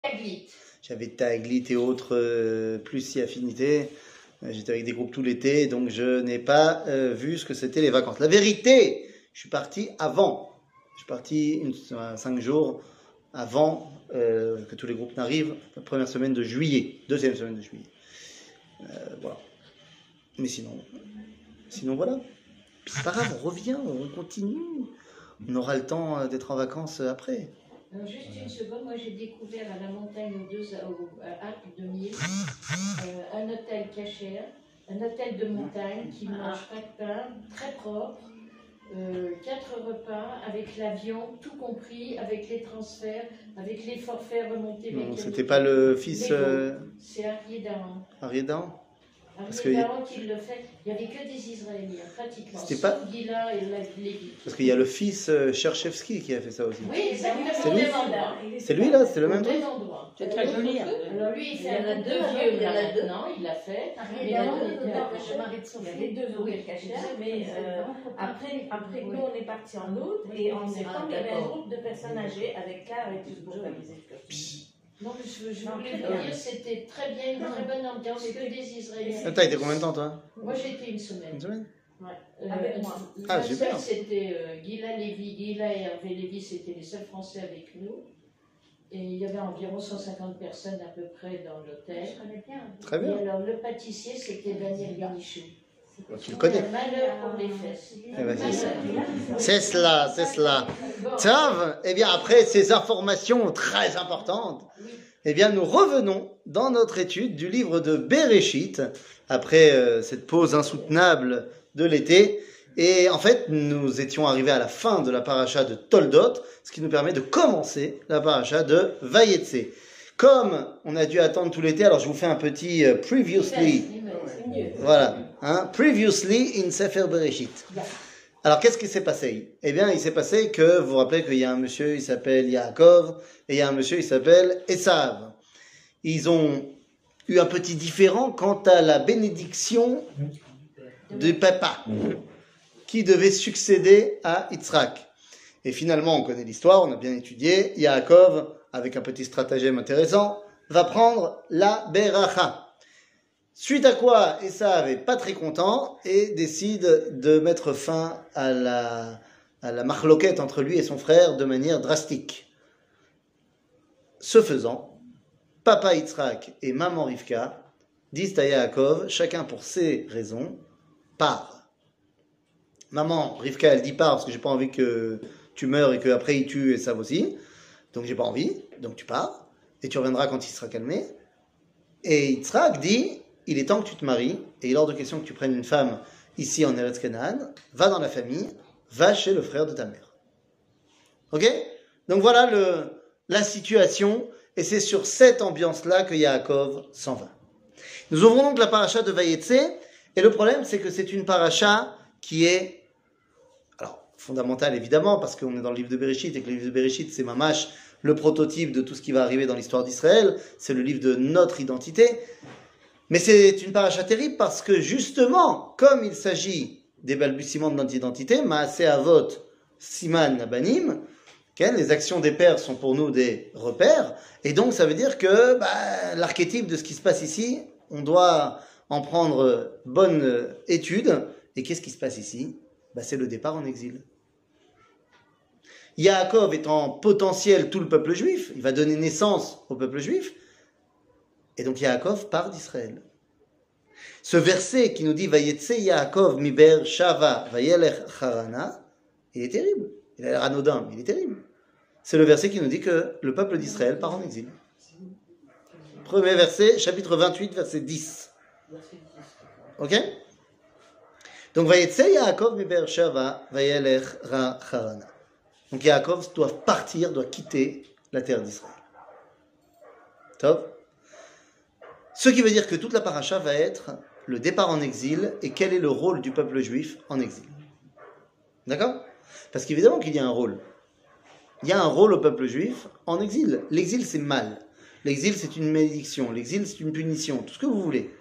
Taglit. J'avais Taglit et autres plus si affinités. J'étais avec des groupes tout l'été, donc je n'ai pas vu ce que c'était les vacances. La vérité, je suis parti avant. Je suis parti 5 jours avant que tous les groupes n'arrivent. La première semaine de juillet, deuxième semaine de juillet. Voilà. Mais sinon voilà. Puis c'est pas grave, on revient, on continue. On aura le temps d'être en vacances après. Alors juste une seconde, moi j'ai découvert à la montagne aux Alpes de Mille un hôtel cachère, un hôtel de montagne qui mange pas de pain, très propre, 4 repas avec l'avion, tout compris, avec les transferts, avec les forfaits remontés. Non, c'était pas le fils. C'est Ariédan. Ariédan. Ariédan qui le fait. Il n'y avait que des Israéliens, pratiquement. C'était pas. Gila et Lévi. Parce qu'il y a le fils Cherchevski qui a fait ça aussi. Oui, exactement. C'est lui là, c'est le même truc. C'est très joli. Alors lui, il fait un deux vieux maintenant, il l'a fait. Il y avait 2 hôtels cachers, mais après nous on est partis en août et en septembre il y avait un groupe de personnes âgées avec car et tout pour les excursions. Non, mais je voulais vous dire, c'était très bien, une très bonne ambiance, que des Israéliens. T'as été combien de temps toi? Moi j'ai été une semaine. Une semaine? Ouais. Avec moi. Ah, super. C'était Gila et Hervé Lévy, c'était les seuls Français avec nous. Et il y avait environ 150 personnes à peu près dans l'hôtel. Je connais bien. Très bien. Et alors le pâtissier, c'était Daniel Bénichou. Tu le connais. Malheur pour les fesses. Eh ben, c'est cela. Tov, eh bien après ces informations très importantes, eh bien nous revenons dans notre étude du livre de Bereshit, après cette pause insoutenable de l'été. Et en fait, nous étions arrivés à la fin de la paracha de Toldot, ce qui nous permet de commencer la paracha de Vayetse. Comme on a dû attendre tout l'été, alors je vous fais un petit previously. Voilà, hein, previously in Sefer Bereshit. Alors qu'est-ce qui s'est passé? Eh bien, il s'est passé que, vous vous rappelez qu'il y a un monsieur, il s'appelle Yaakov, et il y a un monsieur, il s'appelle Esav. Ils ont eu un petit différend quant à la bénédiction du papa, qui devait succéder à Yitzhak. Et finalement, on connaît l'histoire, on a bien étudié, Yaakov, avec un petit stratagème intéressant, va prendre la beracha. Suite à quoi, Esav est pas très content et décide de mettre fin à la marloquette entre lui et son frère de manière drastique. Ce faisant, papa Yitzhak et maman Rivka disent à Yaakov, chacun pour ses raisons, pars. Maman Rivka, elle dit pars parce que j'ai pas envie que tu meurs et qu'après il tue Esav aussi. Donc j'ai pas envie, donc tu pars et tu reviendras quand il sera calmé. Et Yitzhak dit, il est temps que tu te maries, et il est hors de question que tu prennes une femme ici en Eretz Canaan, va dans la famille, va chez le frère de ta mère. Ok? Donc voilà la situation, et c'est sur cette ambiance-là que Yaakov s'en va. Nous ouvrons donc la paracha de Vayetse, et le problème c'est que c'est une paracha qui est, alors fondamentale évidemment, parce qu'on est dans le livre de Bereshit, et que le livre de Bereshit c'est mamash, le prototype de tout ce qui va arriver dans l'histoire d'Israël, c'est le livre de notre identité. Mais c'est une paracha terrible parce que justement, comme il s'agit des balbutiements de notre identité, Maaseh Avot, Siman Abanim, les actions des pères sont pour nous des repères, et donc ça veut dire que l'archétype de ce qui se passe ici, on doit en prendre bonne étude. Et qu'est-ce qui se passe ici? C'est le départ en exil. Yaakov est en potentiel tout le peuple juif, il va donner naissance au peuple juif, et donc Yaakov part d'Israël. Ce verset qui nous dit Vayetse Yaakov mi Be'er Shava vayelech Harana, il est terrible. Il a l'air anodin, mais il est terrible. C'est le verset qui nous dit que le peuple d'Israël part en exil. Premier verset, chapitre 28, verset 10. Ok? Donc Vayetse Yaakov mi Be'er Shava vayelech Harana. Donc Yaakov doit partir, doit quitter la terre d'Israël. Top. Ce qui veut dire que toute la paracha va être le départ en exil et quel est le rôle du peuple juif en exil. D'accord? Parce qu'évidemment qu'il y a un rôle. Il y a un rôle au peuple juif en exil. L'exil c'est mal. L'exil c'est une malédiction. L'exil c'est une punition. Tout ce que vous voulez.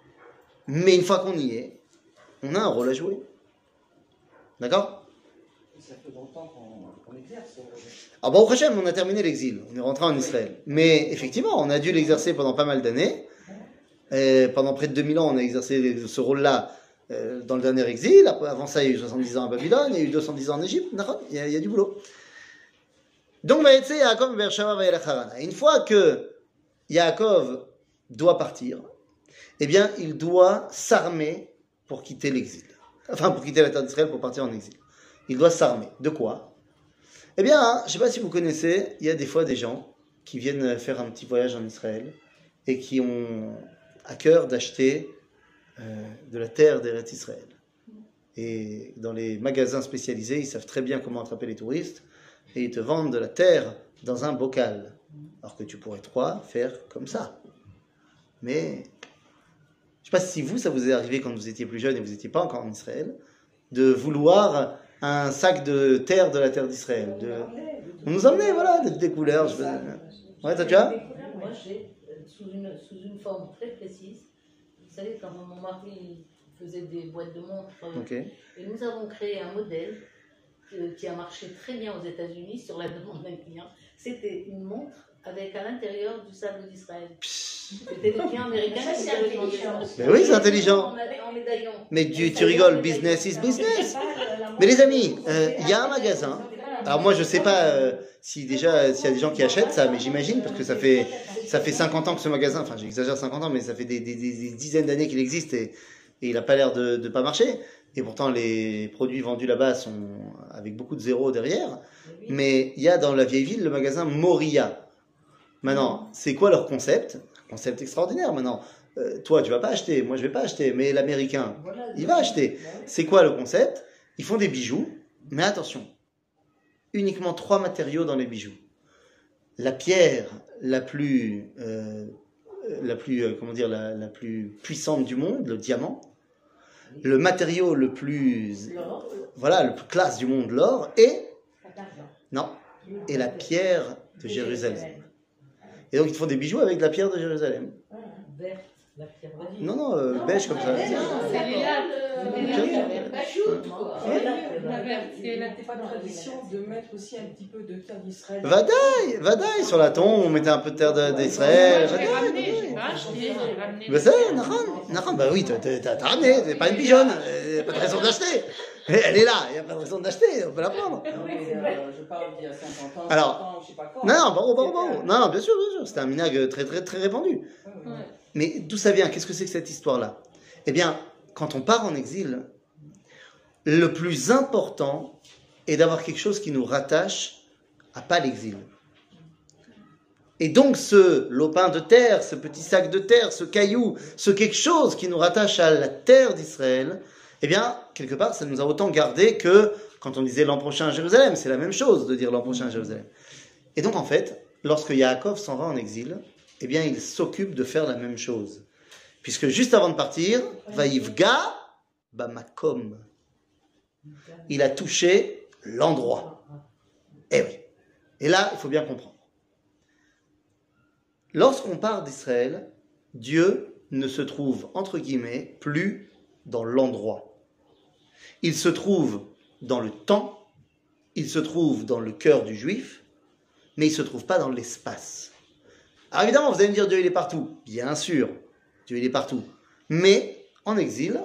Mais une fois qu'on y est, on a un rôle à jouer. D'accord? Ça fait longtemps qu'on exerce. Alors, Baruch Hashem, on a terminé l'exil, on est rentré en Israël. Mais effectivement, on a dû l'exercer pendant pas mal d'années. Et pendant près de 2000 ans, on a exercé ce rôle-là dans le dernier exil. Avant ça, il y a eu 70 ans à Babylone, il y a eu 210 ans en Égypte. Il y a du boulot. Donc, Yaakov Beersheva vayelech Harana. Une fois que Yaakov doit partir, eh bien, il doit s'armer pour quitter l'exil. Enfin, pour quitter la terre d'Israël, pour partir en exil. Il doit s'armer. De quoi? Eh bien, je ne sais pas si vous connaissez, il y a des fois des gens qui viennent faire un petit voyage en Israël et qui ont à cœur d'acheter de la terre d'Eretz Israël. Et dans les magasins spécialisés, ils savent très bien comment attraper les touristes et ils te vendent de la terre dans un bocal. Alors que tu pourrais, toi, faire comme ça. Mais je ne sais pas si vous, ça vous est arrivé quand vous étiez plus jeune et vous n'étiez pas encore en Israël, de vouloir un sac de terre de la terre d'Israël. On nous emmenait, voilà, des couleurs. Ouais, t'as déjà? Moi, j'ai, sous une forme très précise, vous savez, quand mon mari faisait des boîtes de montres, Okay. et nous avons créé un modèle qui a marché très bien aux États-Unis sur la demande d'un client. C'était une montre avec à l'intérieur du sable d'Israël. C'était des clients américains qui avaient demandé ça. Mais oui, c'est intelligent. En médaillon. Mais tu rigoles, business is business. Mais les amis, il y a un magasin. Alors moi, je sais pas s'il y a des gens qui achètent ça, mais j'imagine, parce que ça fait 50 ans que ce magasin, enfin j'exagère 50 ans, mais ça fait des dizaines d'années qu'il existe et il n'a pas l'air de pas marcher. Et pourtant, les produits vendus là-bas sont avec beaucoup de zéros derrière. Mais il y a dans la vieille ville le magasin Moria. Maintenant, c'est quoi leur concept? Concept extraordinaire. Maintenant, toi, tu vas pas acheter, moi, je vais pas acheter, mais l'Américain, il va acheter. C'est quoi le concept? Ils font des bijoux, mais attention, uniquement 3 matériaux dans les bijoux. La pierre la plus puissante du monde, le diamant. Le matériau le plus classe du monde, l'or, et la pierre de Jérusalem. Et donc ils te font des bijoux avec la pierre de Jérusalem. Verte, la pierre verte. Non, beige comme ça. Il n'était pas de tradition de mettre aussi un petit peu de terre d'Israël. Vadaï, sur la tombe, on mettait un peu de terre d'Israël. J'ai ramené. Mais c'est, Nahon, bah oui, t'as ramené, t'es pas une pigeonne, il n'y a pas de raison d'acheter. Elle est là, il n'y a pas de raison d'acheter, on peut la prendre. Je parle d'il y a 50 ans, Alors, je sais pas quoi. Non, bien sûr, c'était un minag très, très, très répandu. Ouais. Mais d'où ça vient? Qu'est-ce que c'est que cette histoire-là? Eh bien, quand on part en exil, le plus important est d'avoir quelque chose qui nous rattache à pas l'exil. Et donc ce lopin de terre, ce petit sac de terre, ce caillou, ce quelque chose qui nous rattache à la terre d'Israël, eh bien, quelque part, ça nous a autant gardé que quand on disait l'an prochain à Jérusalem, c'est la même chose de dire l'an prochain à Jérusalem. Et donc, en fait, lorsque Yaakov s'en va en exil, eh bien, il s'occupe de faire la même chose. Puisque juste avant de partir, Vaïvga Bamakom, il a touché l'endroit. Eh oui. Et là, il faut bien comprendre. Lorsqu'on part d'Israël, Dieu ne se trouve, entre guillemets, plus dans l'endroit. Il se trouve dans le temps, il se trouve dans le cœur du juif, mais il ne se trouve pas dans l'espace. Alors évidemment, vous allez me dire, Dieu il est partout. Bien sûr, Dieu il est partout. Mais en exil,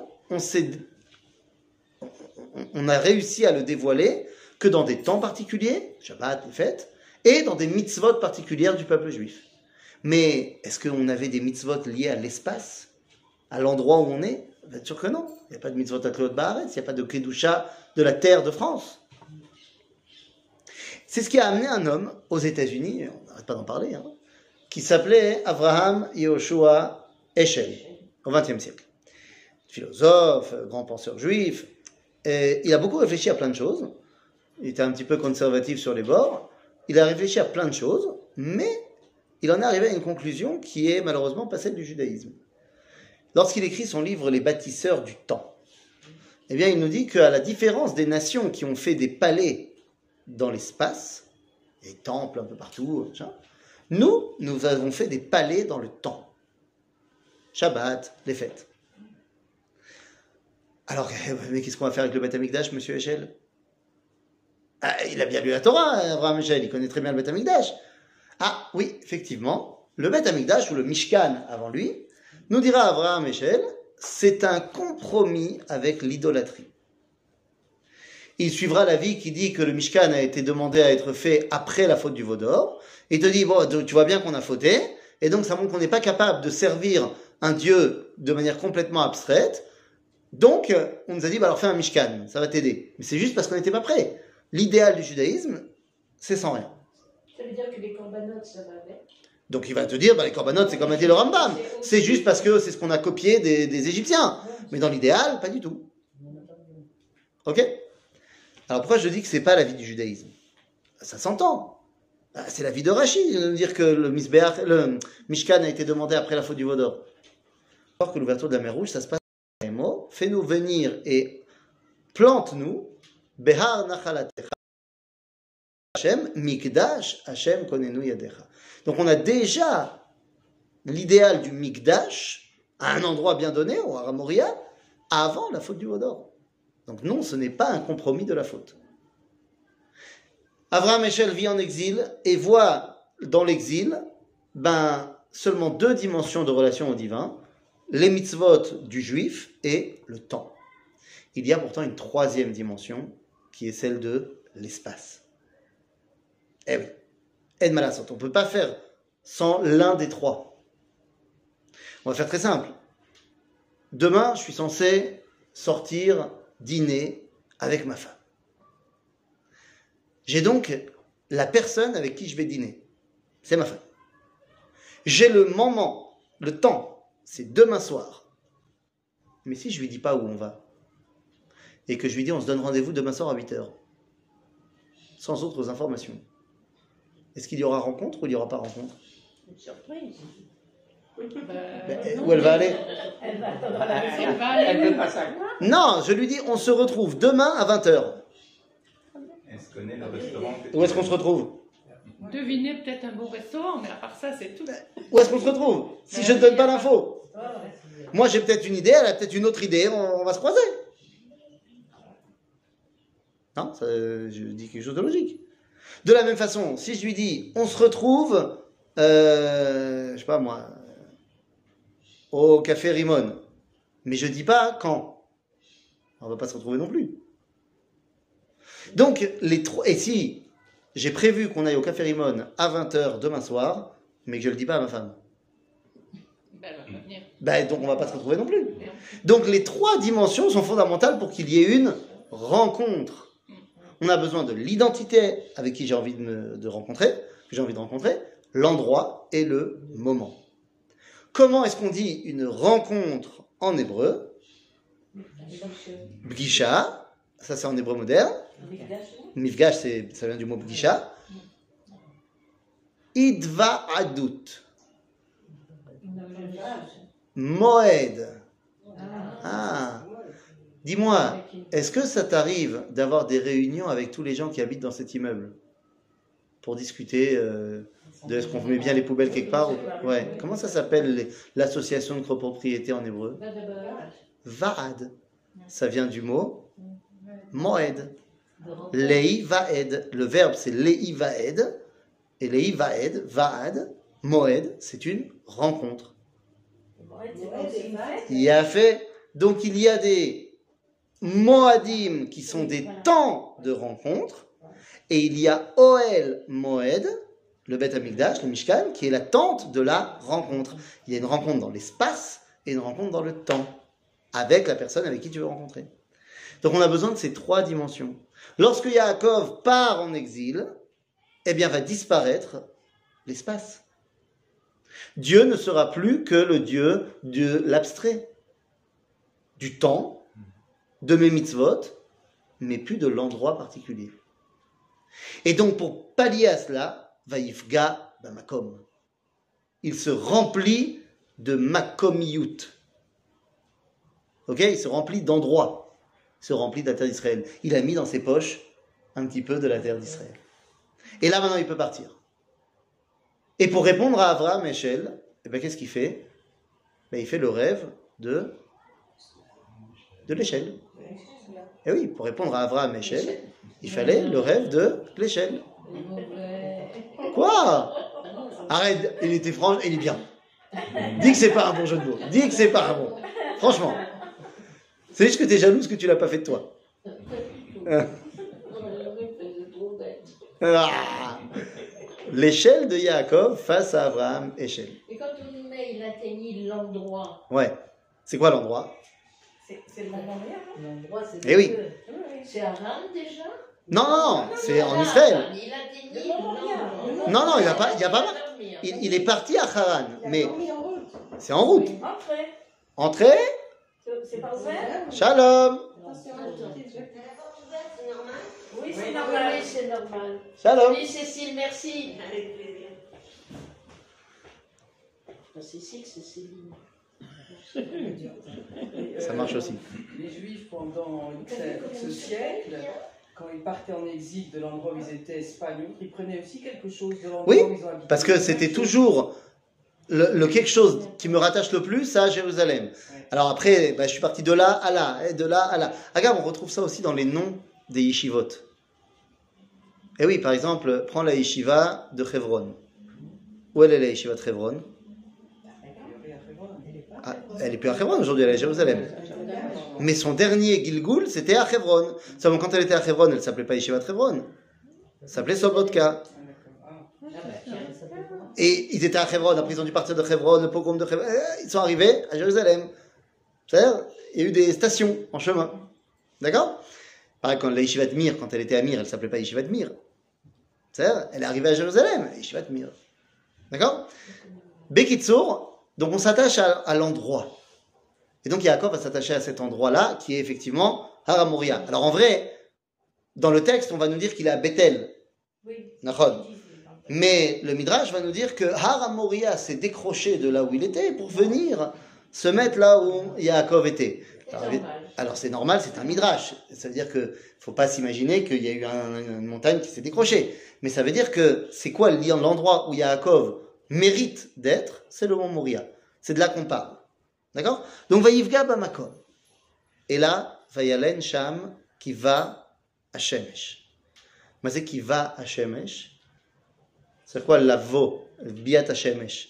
on a réussi à le dévoiler que dans des temps particuliers, Shabbat, les fêtes, et dans des mitzvot particulières du peuple juif. Mais est-ce qu'on avait des mitzvot liés à l'espace, à l'endroit où on est? Bien sûr que non. Il n'y a pas de mitzvot à Tléot Baaretz, il n'y a pas de Kedusha de la terre de France. C'est ce qui a amené un homme aux États-Unis, on n'arrête pas d'en parler, qui s'appelait Avraham Yehoshua Heschel, au XXe siècle. Philosophe, grand penseur juif. Et il a beaucoup réfléchi à plein de choses. Il était un petit peu conservatif sur les bords. Il a réfléchi à plein de choses, mais il en est arrivé à une conclusion qui est malheureusement pas celle du judaïsme. Lorsqu'il écrit son livre « Les bâtisseurs du temps », eh bien, il nous dit qu'à la différence des nations qui ont fait des palais dans l'espace, des temples un peu partout, nous avons fait des palais dans le temps. Shabbat, les fêtes. Alors, mais qu'est-ce qu'on va faire avec le Beth Amikdash, monsieur Echel? Ah, il a bien lu la Torah, Abraham Michel, il connaît très bien le Beth Amikdash. Ah oui, effectivement, le Beth Amikdash ou le Mishkan avant lui, nous dira Abraham Michel, c'est un compromis avec l'idolâtrie. Il suivra l'avis qui dit que le Mishkan a été demandé à être fait après la faute du veau d'or. Il te dit, bon, tu vois bien qu'on a fauté, et donc ça montre qu'on n'est pas capable de servir un Dieu de manière complètement abstraite. Donc, on nous a dit, bah alors fais un Mishkan, ça va t'aider. Mais c'est juste parce qu'on n'était pas prêt. L'idéal du judaïsme, c'est sans rien. Ça veut dire que les corbanotes, ça va avec. Donc il va te dire, bah, les corbanotes, c'est comme a dit le Rambam. C'est juste parce que c'est ce qu'on a copié des Égyptiens. Mais dans l'idéal, pas du tout. Ok? Alors pourquoi je dis que c'est pas la vie du judaïsme? Ça s'entend. C'est la vie de Rashi de dire que le Mishkan a été demandé après la faute du veau d'or. Alors que l'ouverture de la mer Rouge, ça se passe par les mots. Fais-nous venir et plante-nous. Behar nachalatecha. Hashem, Mikdash, Hashem konenu yadecha. Donc on a déjà l'idéal du Mikdash à un endroit bien donné, au Har Moria, avant la faute du veau d'or. Donc non, ce n'est pas un compromis de la faute. Avraham Eshel vit en exil et voit dans l'exil seulement deux dimensions de relation au divin, les mitzvot du juif et le temps. Il y a pourtant une troisième dimension qui est celle de l'espace. Eh oui, Ed Malassot, on ne peut pas faire sans l'un des trois. On va faire très simple. Demain, je suis censé sortir dîner avec ma femme. J'ai donc la personne avec qui je vais dîner. C'est ma femme. J'ai le moment, le temps, c'est demain soir. Mais si je lui dis pas où on va, et que je lui dis on se donne rendez-vous demain soir à 8h, sans autres informations, est-ce qu'il y aura rencontre ou il n'y aura pas rencontre? Une surprise. Où elle va aller? Elle va Elle aller veut pas ça. Non, je lui dis on se retrouve demain à 20h. Est-ce qu'on connaît le restaurant? Où est-ce qu'on se retrouve? Deviner peut-être un beau restaurant, mais à part ça, c'est tout. Où est-ce qu'on se retrouve? Si je ne donne pas l'info. Moi j'ai peut-être une idée, elle a peut-être une autre idée, on va se croiser. Non, je dis quelque chose de logique. De la même façon, si je lui dis on se retrouve, je sais pas moi, au café Rimon, mais je dis pas quand, on va pas se retrouver non plus. Donc les trois, et si j'ai prévu qu'on aille au café Rimon à 20h demain soir, mais que je le dis pas à ma femme, Ben, elle va pas venir. donc on va pas se retrouver non plus. Donc les trois dimensions sont fondamentales pour qu'il y ait une rencontre. On a besoin de l'identité avec qui j'ai envie de rencontrer, que j'ai envie de rencontrer, l'endroit et le moment. Comment est-ce qu'on dit une rencontre en hébreu? Bgisha, ça c'est en hébreu moderne. Mifgash, ça vient du mot Bgisha. Idva adut. Moed. Ah. Dis-moi, est-ce que ça t'arrive d'avoir des réunions avec tous les gens qui habitent dans cet immeuble pour discuter de est-ce qu'on met bien les poubelles quelque part Ouais. Comment ça s'appelle l'association de copropriété en hébreu? Vaad. Ça vient du mot Moed. Lei Vaed. Le verbe c'est Lei Vaed. Et Lei Vaed, Vaad, Moed, c'est une rencontre. Il y a fait. Donc il y a des Moadim qui sont des temps de rencontre. Et il y a Oel Moed, le Beth Amikdash, le Mishkan, qui est la tente de la rencontre. Il y a une rencontre dans l'espace et une rencontre dans le temps, avec la personne avec qui tu veux rencontrer. Donc on a besoin de ces trois dimensions. Lorsque Yaakov part en exil, eh bien va disparaître l'espace. Dieu ne sera plus que le Dieu de l'abstrait, du temps, de mes mitzvot, mais plus de l'endroit particulier. Et donc, pour pallier à cela, Vaïfga Bamakom. Il se remplit de makomiyut. Ok? Il se remplit d'endroits. Il se remplit de la terre d'Israël. Il a mis dans ses poches un petit peu de la terre d'Israël. Et là, maintenant, il peut partir. Et pour répondre à Avraham Eshel, eh bien, qu'est-ce qu'il fait? Il fait le rêve de de l'échelle. Et oui, pour répondre à Avraham Échelle, il fallait le rêve de l'échelle. Quoi? Arrête, il était franc, il est bien. Dis que c'est pas un bon jeu de mots. Dis que c'est pas un bon. Franchement. C'est juste que t'es jalouse que tu l'as pas fait de toi. Ah. L'échelle de Yaakov face à Abraham, échelle. Et quand on nous met, il atteignit l'endroit. Ouais. C'est quoi l'endroit? C'est le moment rien. L'endroit, c'est. Eh oui. C'est Aram déjà? Non, c'est en Israël. Il atteignit l'endroit. Non, il a pas. Il est parti à Haran, mais c'est en route. Entrée. C'est pas ouvert? Shalom. Oui, c'est normal. Oui, c'est normal. Shalom. Oui, Cécile, merci. Avec plaisir. Cécile, c'est Céline. Ça marche aussi. Les Juifs, pendant ce siècle, quand ils partaient en exil de l'endroit où ils étaient, Espagne, ils prenaient aussi quelque chose de l'endroit Oui, où ils ont habité. parce que c'était toujours le quelque chose qui me rattache le plus à Jérusalem. Alors après, je suis parti de là à là, et de là à là. Regarde, on retrouve ça aussi dans les noms des yeshivot. Et oui, par exemple, prends la yeshiva de Hebron. Où elle est la yeshiva de Hebron? Ah, elle est plus à Hebron aujourd'hui, elle est à Jérusalem. Mais son dernier Gilgul, c'était à Hebron. Seulement quand elle était à Hebron, elle ne s'appelait pas yeshiva de Hebron. Elle s'appelait Sobotka. Et ils étaient à Hebron, après ils ont dû partir de Hebron, le pogrom de Hebron. Ils sont arrivés à Jérusalem. C'est-à-dire, il y a eu des stations en chemin. D'accord? Pareil, quand la yeshiva de Mir, quand elle était à Mir, elle ne s'appelait pas yeshiva de Mir. C'est-à-dire, elle est arrivée à Jérusalem, yeshiva de Mir. D'accord? Bekitsour, donc on s'attache à l'endroit. Et donc Yaakov va s'attacher à cet endroit-là, qui est effectivement Har HaMoriah. Alors en vrai, dans le texte, on va nous dire qu'il est à Bethel. Oui. Nachon. Mais le Midrash va nous dire que Har HaMoriah s'est décroché de là où il était pour venir se mettre là où Yaakov était. Alors c'est normal, c'est un Midrash. Ça veut dire qu'il ne faut pas s'imaginer qu'il y a eu une montagne qui s'est décrochée. Mais ça veut dire que c'est quoi l'endroit où Yaakov mérite d'être? C'est le mont Moria. C'est de là qu'on parle. D'accord? Donc Vayivga Bamakom. Et là, Vayalen Sham qui va à Shemesh. Mais c'est qui va à Shemesh. C'est quoi l'avo, Biat à Shemesh?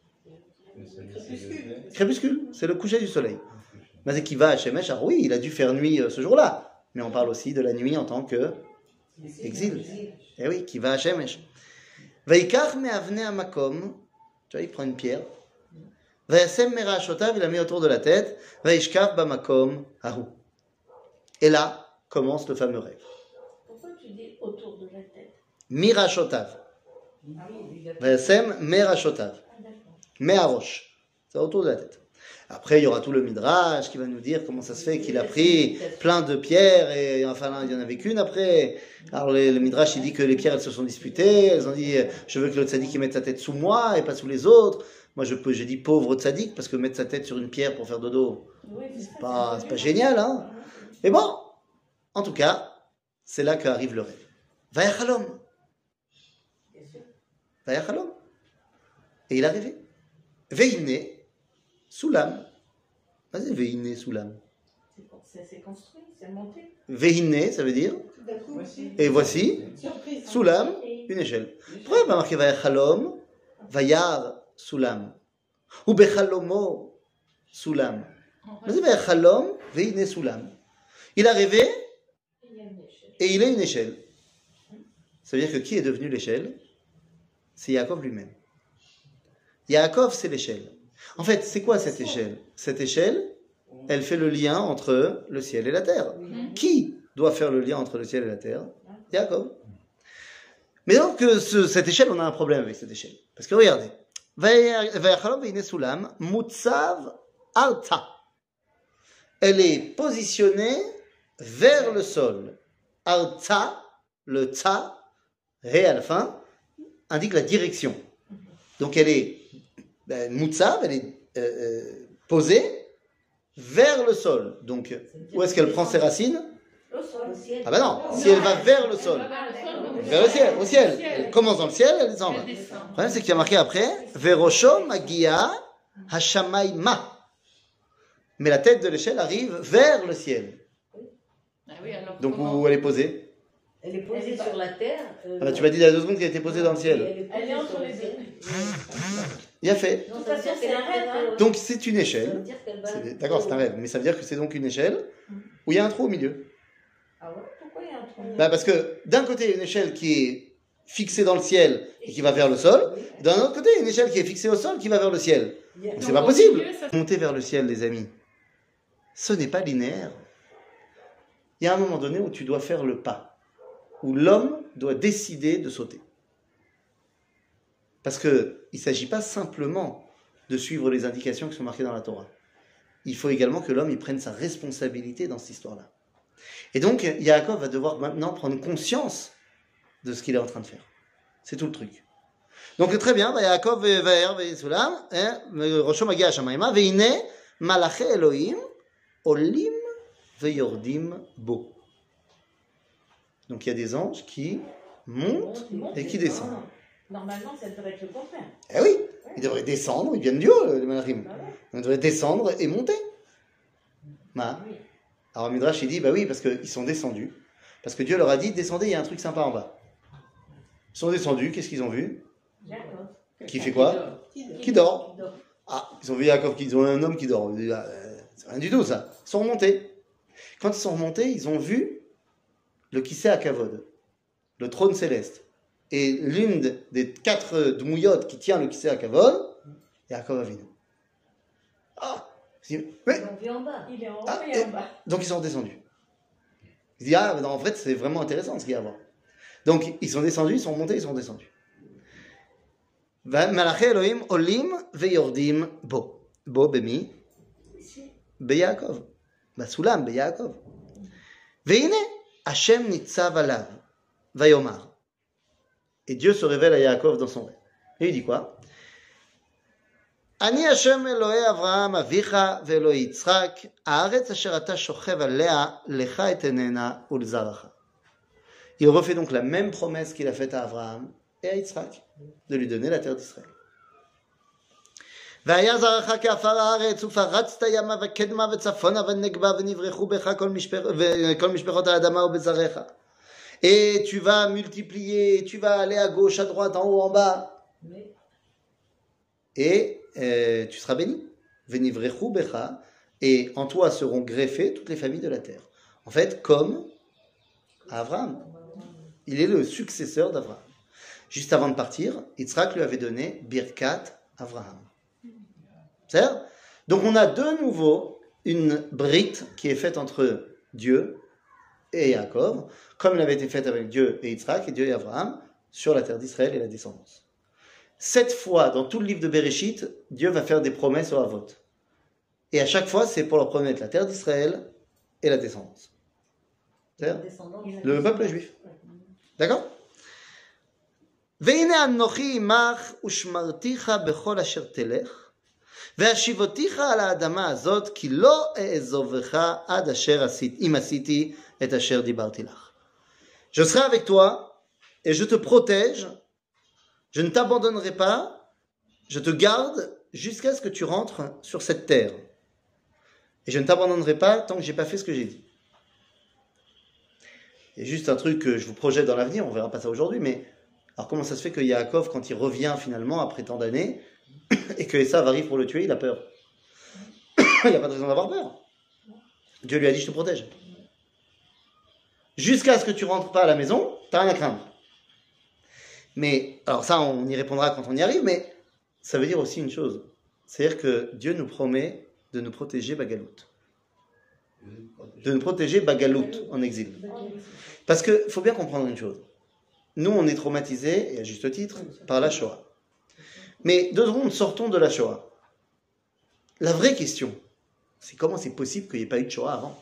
Crépuscule, c'est le coucher du soleil. Mais c'est qui va à Shemesh. Alors oui, il a dû faire nuit ce jour-là. Mais on parle aussi de la nuit en tant que exil. Eh oui, qui va à Shemesh. Vaikach me'avne hamakom. Tu vois, il prend une pierre. Vayasem merashotav, il la met autour de la tête. Vaishkav bamakom hahu. Et là commence le fameux rêve. Pourquoi tu dis autour de la tête? Mirashotav. Vayasem merashotav. Me'arosh. C'est autour de la tête. Après, il y aura tout le Midrash qui va nous dire comment ça se fait qu'il a pris plein de pierres et enfin, il n'y en avait qu'une après. Alors, le Midrash, il dit que les pierres, elles se sont disputées. Elles ont dit, je veux que le tzaddik mette sa tête sous moi et pas sous les autres. Moi, j'ai dit pauvre tzaddik parce que mettre sa tête sur une pierre pour faire dodo, c'est pas génial, hein. Mais bon, en tout cas, c'est là qu'arrive le rêve. Vayachalom. Vayachalom. Et il a rêvé. Veine. Soulam. Vas-y, Veine, Soulam. C'est construit, c'est monté. Veine, ça veut dire. Et voici, Soulam, une échelle. Pourquoi il n'y a pas marqué Vayachalom, Vayar, Soulam? Ou Bechalomo, Soulam. Vas-y, Vayachalom, Veine, Soulam. Il a rêvé et il a une échelle. Ça veut dire que qui est devenu l'échelle? C'est Yaakov lui-même. Yaakov, c'est l'échelle. En fait, c'est quoi cette échelle? Cette échelle, elle fait le lien entre le ciel et la terre. Qui doit faire le lien entre le ciel et la terre? Yaakov. Mais donc, cette échelle, on a un problème avec cette échelle. Parce que regardez. Elle est positionnée vers le sol. Arta, le tsa, ré à la fin, indique la direction. Donc elle est Moutsav, elle est posée vers le sol. Donc, où est-ce qu'elle prend ses racines? Ah ben non, si elle va vers le sol, vers le ciel, au ciel. Elle commence dans le ciel, elle descend. Le problème, c'est qu'il y a marqué après, Verosho Magia Hashamay Ma. mais la tête de l'échelle arrive vers le ciel. Ah oui, alors Donc comment? où elle est posée? Elle est posée sur la terre. Ah bah, tu m'as dit il y a 2 secondes qu'elle était posée dans le ciel. Elle est entre les deux. Il a fait. De toute façon, c'est un rêve. Hein. Donc c'est une Ça veut échelle. dire qu'elle va. D'accord, c'est un rêve, mais ça veut dire que c'est donc une échelle où il y a un trou au milieu. Ah ouais? Pourquoi il y a un trou? Bah parce que d'un côté, il y a une échelle qui est fixée dans le ciel et qui va vers le sol. D'un autre côté, il y a une échelle qui est fixée au sol qui va vers le ciel. Donc, c'est Donc, pas au possible. milieu, ça- Monter vers le ciel, les amis, ce n'est pas linéaire. Il y a un moment donné où tu dois faire le pas, où l'homme doit décider de sauter. Parce qu'il ne s'agit pas simplement de suivre les indications qui sont marquées dans la Torah. Il faut également que l'homme y prenne sa responsabilité dans cette histoire-là. Et donc, Yaakov va devoir maintenant prendre conscience de ce qu'il est en train de faire. C'est tout le truc. Donc, très bien, Yaakov va Ve'isulam, Rosho Magia Hashamayma, Ve'ine Malaché Elohim, Olim Ve'yordim Bo. Donc, il y a des anges qui montent et qui descendent. Normalement, ça devrait être le contraire. Eh oui, ils devraient descendre, ils viennent du haut, les malachim. Ils devraient descendre et monter. Bah. Alors Midrash, il dit, bah oui, parce qu'ils sont descendus. Parce que Dieu leur a dit, descendez, il y a un truc sympa en bas. Ils sont descendus, qu'est-ce qu'ils ont vu? D'accord. Qui fait quoi? Qui dort. Ah, ils ont vu Yaakov, ils ont un homme qui dort. C'est rien du tout ça. Ils sont remontés. Quand ils sont remontés, ils ont vu le Kisei Hakavod, le trône céleste. Et l'une des 4 dmouillotes qui tient le Kisei Hakavod, Yaakov Avinu. Ah, mais, Ils l'ont vu en bas. Il est en haut Ah, et en bas. donc ils sont descendus. Il dit, ah, en fait, c'est vraiment intéressant ce qu'il y a à voir. Donc ils sont descendus, ils sont montés, ils sont descendus. Malaché Elohim olim veyordim bo. Bo bemi? Beyaakov. Basulam beyaakov. Veine Hashem nitzav alav. Vayomar. Et Dieu se révèle à Yaakov dans son rêve. Et il dit quoi? אני השם אלוהי אברהם אביך ואלוהי יצחק, הארץ אשר אתה שוכב עליה, לך אתננה ולזרעך. Il refait donc la même promesse qu'il a faite à Abraham et à Yitzhak, de lui donner la terre d'Israël. והיה זרעך כעפר הארץ, ופרצת ימה וקדמה וצפונה ונגבה ונברחו בך כל משפחות האדמה ובזרעך. Et tu vas multiplier, tu vas aller à gauche, à droite, en haut, en bas. Et tu seras béni. Venivrechu becha, et en toi seront greffées toutes les familles de la terre. En fait, comme Abraham. Il est le successeur d'Abraham. Juste avant de partir, Yitzhak lui avait donné Birkat Abraham. C'est-à-dire, donc on a de nouveau une brite qui est faite entre Dieu et Yaakov, comme elle avait été faite avec Dieu et Yitzhak et Dieu et Abraham, sur la terre d'Israël et la descendance. 7 fois dans tout le livre de Bereshit, Dieu va faire des promesses aux Havot. Et à chaque fois, c'est pour leur promettre la terre d'Israël et la descendance. C'est-à-dire le peuple juif. D'accord? והנה אנוכי עמך ושמרתיך בכל אשר תלך והשיבותיך על האדמה הזאת כי לא אעזובך עד אשר אם עשיתי את אשר דיברתי לך. Je serai avec toi et je te protège, je ne t'abandonnerai pas, je te garde jusqu'à ce que tu rentres sur cette terre. Et je ne t'abandonnerai pas tant que j'ai pas fait ce que j'ai dit. Il y a juste un truc que je vous projette dans l'avenir, on verra pas ça aujourd'hui, mais alors comment ça se fait que Yaakov, quand il revient finalement après tant d'années, et que Esav arrive pour le tuer, il a peur? Il n'y a pas de raison d'avoir peur. Dieu lui a dit, je te protège. Jusqu'à ce que tu rentres pas à la maison, tu n'as rien à craindre. Mais, alors ça, on y répondra quand on y arrive, mais ça veut dire aussi une chose. C'est-à-dire que Dieu nous promet de nous protéger Bagalout. De nous protéger Bagalout en exil. Parce qu'il faut bien comprendre une chose. Nous, on est traumatisés, et à juste titre, par la Shoah. Mais 2 secondes, sortons de la Shoah. La vraie question, c'est comment c'est possible qu'il n'y ait pas eu de Shoah avant?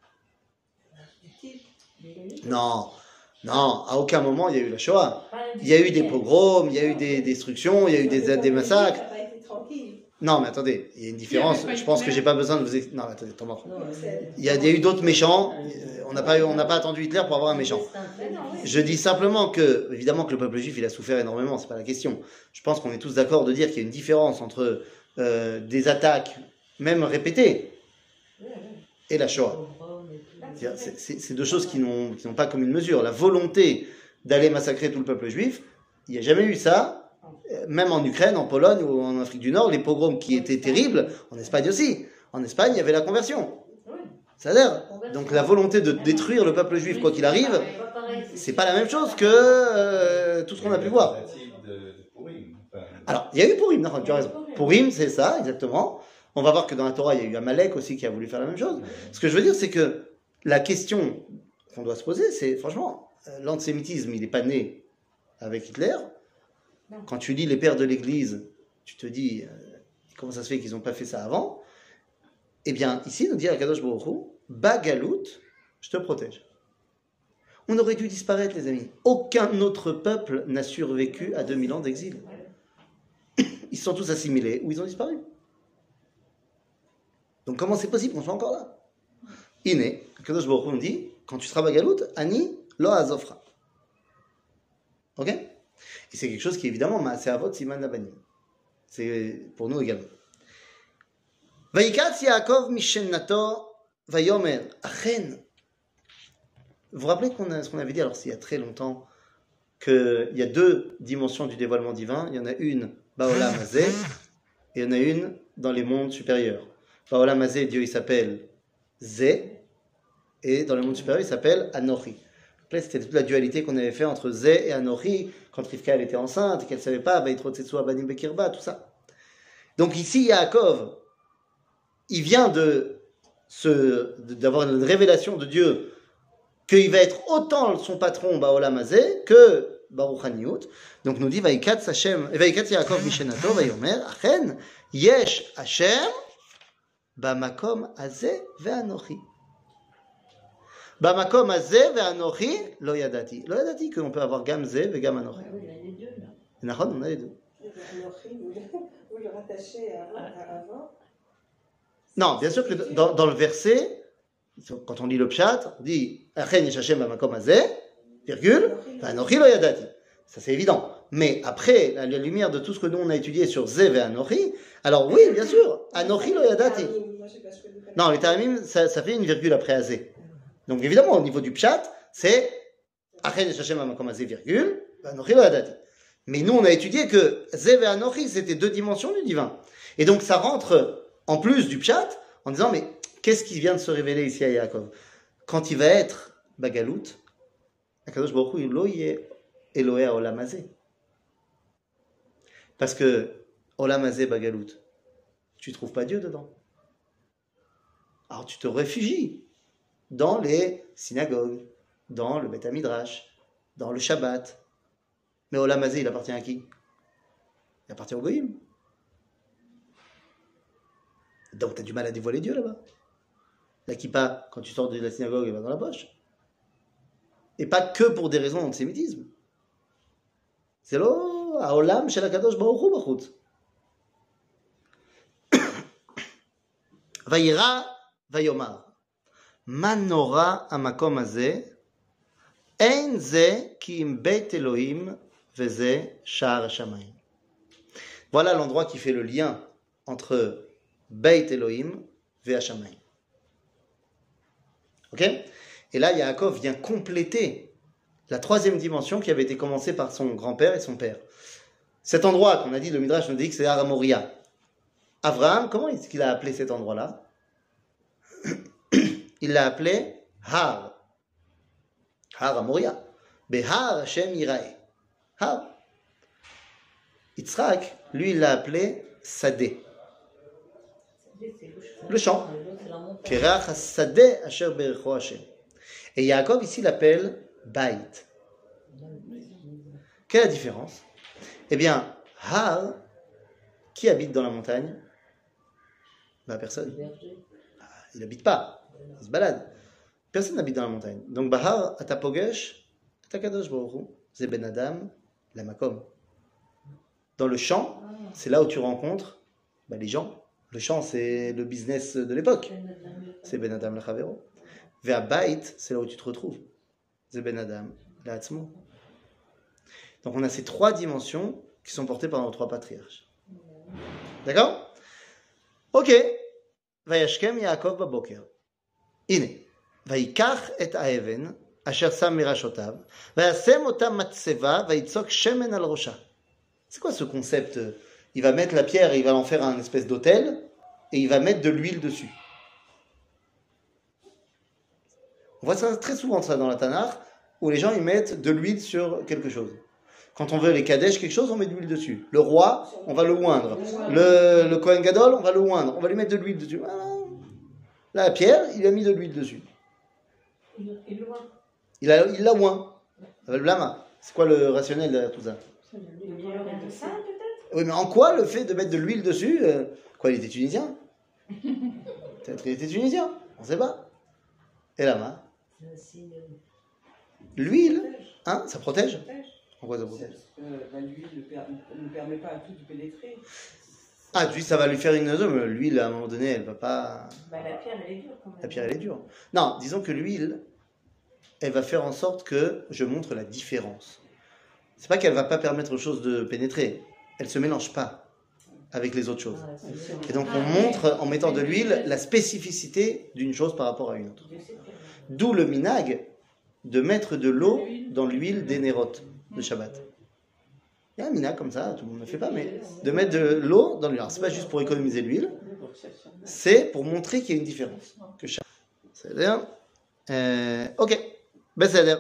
Non, à aucun moment il y a eu la Shoah. Il y a eu des pogroms, il y a eu des destructions, il y a eu des massacres. Non, mais attendez, il y a une différence. Je pense que j'ai pas besoin de vous expliquer. Non, attendez, Thomas. Il y a eu d'autres méchants. On n'a pas attendu Hitler pour avoir un méchant. Je dis simplement que, évidemment, que le peuple juif il a souffert énormément. C'est pas la question. Je pense qu'on est tous d'accord de dire qu'il y a une différence entre des attaques, même répétées, et la Shoah. C'est deux choses qui n'ont pas commune mesure. La volonté d'aller massacrer tout le peuple juif, il n'y a jamais eu ça, même en Ukraine, en Pologne ou en Afrique du Nord, les pogroms qui étaient terribles, en Espagne aussi. En Espagne, il y avait la conversion. C'est-à-dire, donc la volonté de détruire le peuple juif, quoi qu'il arrive, c'est pas la même chose que tout ce qu'on a pu voir. Alors, il y a eu Purim, non, tu as raison. Purim, c'est ça, exactement. On va voir que dans la Torah, il y a eu Amalek aussi qui a voulu faire la même chose. Ce que je veux dire, c'est que la question qu'on doit se poser, c'est, franchement, l'antisémitisme, il n'est pas né avec Hitler. Quand tu lis les pères de l'Église, tu te dis, comment ça se fait qu'ils n'ont pas fait ça avant? Eh bien, ici, nous dit Akadosh Baruch Hu, Bagalout, je te protège. On aurait dû disparaître, les amis. Aucun autre peuple n'a survécu à 2000 ans d'exil. Ils sont tous assimilés ou ils ont disparu. Donc comment c'est possible qu'on soit encore là? Iné, Akadosh Baruch Hu nous dit, quand tu seras Bagalout, Ani lo azofra. Ok? Et c'est quelque chose qui évidemment c'est avot siman nabanim. C'est pour nous également. Vaikatz Yaakov mishennato vayomer achen. Vous vous rappelez ce qu'on avait dit, alors c'est il y a très longtemps, qu'il y a deux dimensions du dévoilement divin. Il y en a une Baolam Hazé et il y en a une dans les mondes supérieurs. Baolam Hazé, Dieu il s'appelle Zé, et dans le monde supérieur il s'appelle Anochi. Après, c'était toute la dualité qu'on avait fait entre Zé et Anochi, quand Rivka elle était enceinte et qu'elle ne savait pas, Vaïtrotsetsu Abanim Bekirba, tout ça. Donc ici, Yaakov, il vient d'avoir une révélation de Dieu qu'il va être autant son patron Baolam Hazé que Baruch Haniyut. Donc nous dit Vaikatz Yaakov mishenato vayomer achen yesh Hashem bamakom hazé ve'anochi. Bamakom hazé ve'anochi lo yadati. Lo yadati que l'on peut avoir gam zé ve gam anochi. On a les deux. Anochi, vous le rattachez à avant. Non, bien sûr que dans le verset, quand on lit le pshat, on dit Achen yesh Hashem bamakom hazé, virgule, ve'anochi lo yadati. Ça c'est évident. Mais après, à la lumière de tout ce que nous on a étudié sur Zé ve'anochi, alors oui, bien sûr, anochi lo yadati. Non, les taramim, ça fait une virgule après hazé. Donc évidemment, au niveau du pshat, c'est Achen yesh Hashem bamakom hazé, virgule, ve'anochi lo yadati. Mais nous on a étudié que Zé ve'anochi, c'était deux dimensions du divin. Et donc ça rentre en plus du pshat, en disant, mais qu'est-ce qui vient de se révéler ici à Yaakov? Quand il va être Bagalout, Akadosh Baruch Hu, lo yeh Elohé Olam Hazé. Parce que Olam Hazé Bagalout, tu ne trouves pas Dieu dedans. Alors tu te réfugies dans les synagogues, dans le Beth Midrash, dans le Shabbat. Mais Olam Hazé, il appartient à qui? Il appartient au Goïm. Donc tu as du mal à dévoiler Dieu là-bas. La kippa, quand tu sors de la synagogue, elle va dans la poche. Et pas que pour des raisons d'antisémitisme. C'est lo haolam shel hakadosh baruch hu bachutz. Vayira vayomar man nora hamakom hazeh ein ze ki im beit Elohim veze sha'ar hashamayim. Voilà l'endroit qui fait le lien entre Beit Elohim ve Hashamayim. Ok? Et là, Yaakov vient compléter la troisième dimension qui avait été commencée par son grand-père et son père. Cet endroit qu'on a dit, le Midrash nous dit que c'est Har Moria. Abraham, comment est-ce qu'il a appelé cet endroit-là? Il l'a appelé Har Moria. Behar Hashem Yirae. Har. Yitzhak, lui, il l'a appelé Sadeh. Le champ. Kerach Sadeh Asher Berecho Hashem. Et Yaakov ici l'appelle Bait. Quelle est la différence? Eh bien, Har, qui habite dans la montagne? Personne. Il n'habite pas. Il se balade. Personne n'habite dans la montagne. Donc, Bahar, Atapogesh, Atakadosh Baruch Ze Ben Adam, la Makom. Dans le champ, c'est là où tu rencontres les gens. Le champ, c'est le business de l'époque. C'est Ben Adam Lachavero. Vers Bait, c'est là où tu te retrouves. C'est Ben Adam La'atzmo. Donc on a ces trois dimensions qui sont portées par nos trois patriarches. D'accord? Ok. וישכם יעקב בבוקר. הנה, ויקח את האבן אשר שם מראשותיו, וישם אותה מצבה, ויצוק שמן על ראשה. C'est quoi ce concept? Il va mettre la pierre et il va en faire un espèce d'autel, et il va mettre de l'huile dessus. On voit ça très souvent ça dans la Tanakh, où les gens ils mettent de l'huile sur quelque chose. Quand on veut les Kadesh, quelque chose, on met de l'huile dessus. Le roi, on va le oindre. Le Kohen Gadol, on va le oindre. On va lui mettre de l'huile dessus. Là, la pierre, il a mis de l'huile dessus. Il l'a oint. Le lama. C'est quoi le rationnel derrière tout ça? Oui, mais en quoi le fait de mettre de l'huile dessus, quoi, il était tunisien? Peut-être qu'il était tunisien, on ne sait pas. Et lama? L'huile, hein, ça protège? En quoi ça protège? L'huile ne permet pas à tout de pénétrer. Ah, tu dis ça va lui faire une zone, mais l'huile, à un moment donné, elle va pas... La pierre, elle est dure quand même. La pierre, elle est dure. Non, disons que l'huile, elle va faire en sorte que je montre la différence. C'est pas qu'elle va pas permettre aux choses de pénétrer. Elle se mélange pas avec les autres choses. Et donc on montre, en mettant de l'huile, la spécificité d'une chose par rapport à une autre. D'où le minag de mettre de l'eau dans l'huile des nérotes de Shabbat. Il y a un minag comme ça, tout le monde ne le fait pas, mais de mettre de l'eau dans l'huile. Alors c'est pas juste pour économiser l'huile, c'est pour montrer qu'il y a une différence. C'est-à-dire, ok, ben c'est-à-dire,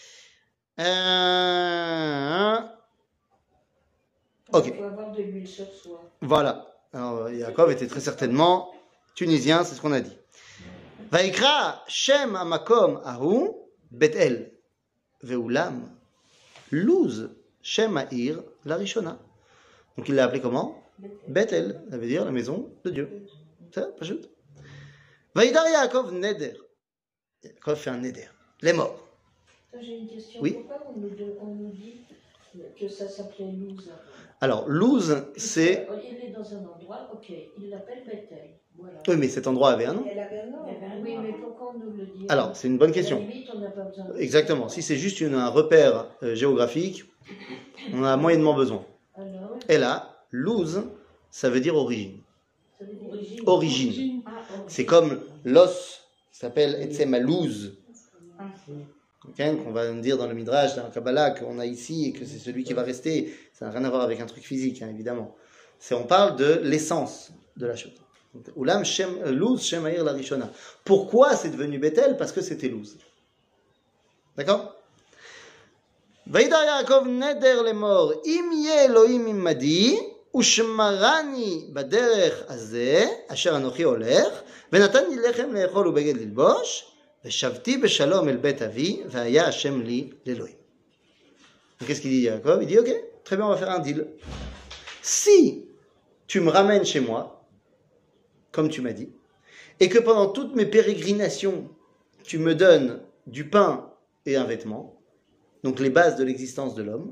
ok. Il faut avoir de l'huile sur soi. Voilà. Alors, Yaakov était très certainement tunisien, c'est ce qu'on a dit. Vaikra Shem Amakom Ahu Bethel Veulam Luz Shem Aïr la Rishona. Donc il l'a appelé comment? Bethel, ça veut dire la maison de Dieu. Ça, pas juste. Vaïdar Yaakov Neder. Yaakov fait un Neder. Les morts. J'ai une question. Oui. Pourquoi on nous dit que ça s'appelait Luz? Alors, Luz, c'est... Il est dans un endroit, ok, il l'appelle Bethel. Voilà. Oui, mais cet endroit avait un nom. Elle avait un nom. Oui, mais pourquoi on nous le dit? Alors, c'est une bonne À question. la limite, on n'a pas besoin de... Exactement. Si c'est juste un repère géographique, on en a moyennement besoin. Alors, Et là, Luz, ça veut dire origine. ça veut dire origine. Origine. Ah, origine. C'est comme l'os s'appelle Etzem Luz. Qu'on va dire dans le Midrash, dans le Kabbalah, qu'on a ici et que c'est celui qui va rester. Ça n'a rien à voir avec un truc physique, hein, évidemment. On parle de l'essence de la chose. Ulam Luz Shem Aïr la Rishona. Pourquoi c'est devenu Bethel? Parce que c'était Luz. D'accord? Vaïdar Yaakov neder lemor im ye Elohim imadi ushmarani baderech azeh asher anochi olech ונתן לי לחם לאכול ובגד ללבוש ושבתי בשלום אל בית אבי והיה השם לי לאלוהים. Qu'est-ce qu'il dit Yaakov? Il dit ok, très bien, on va faire un deal. Si tu me ramènes chez moi, comme tu m'as dit, et que pendant toutes mes pérégrinations, tu me donnes du pain et un vêtement, donc les bases de l'existence de l'homme,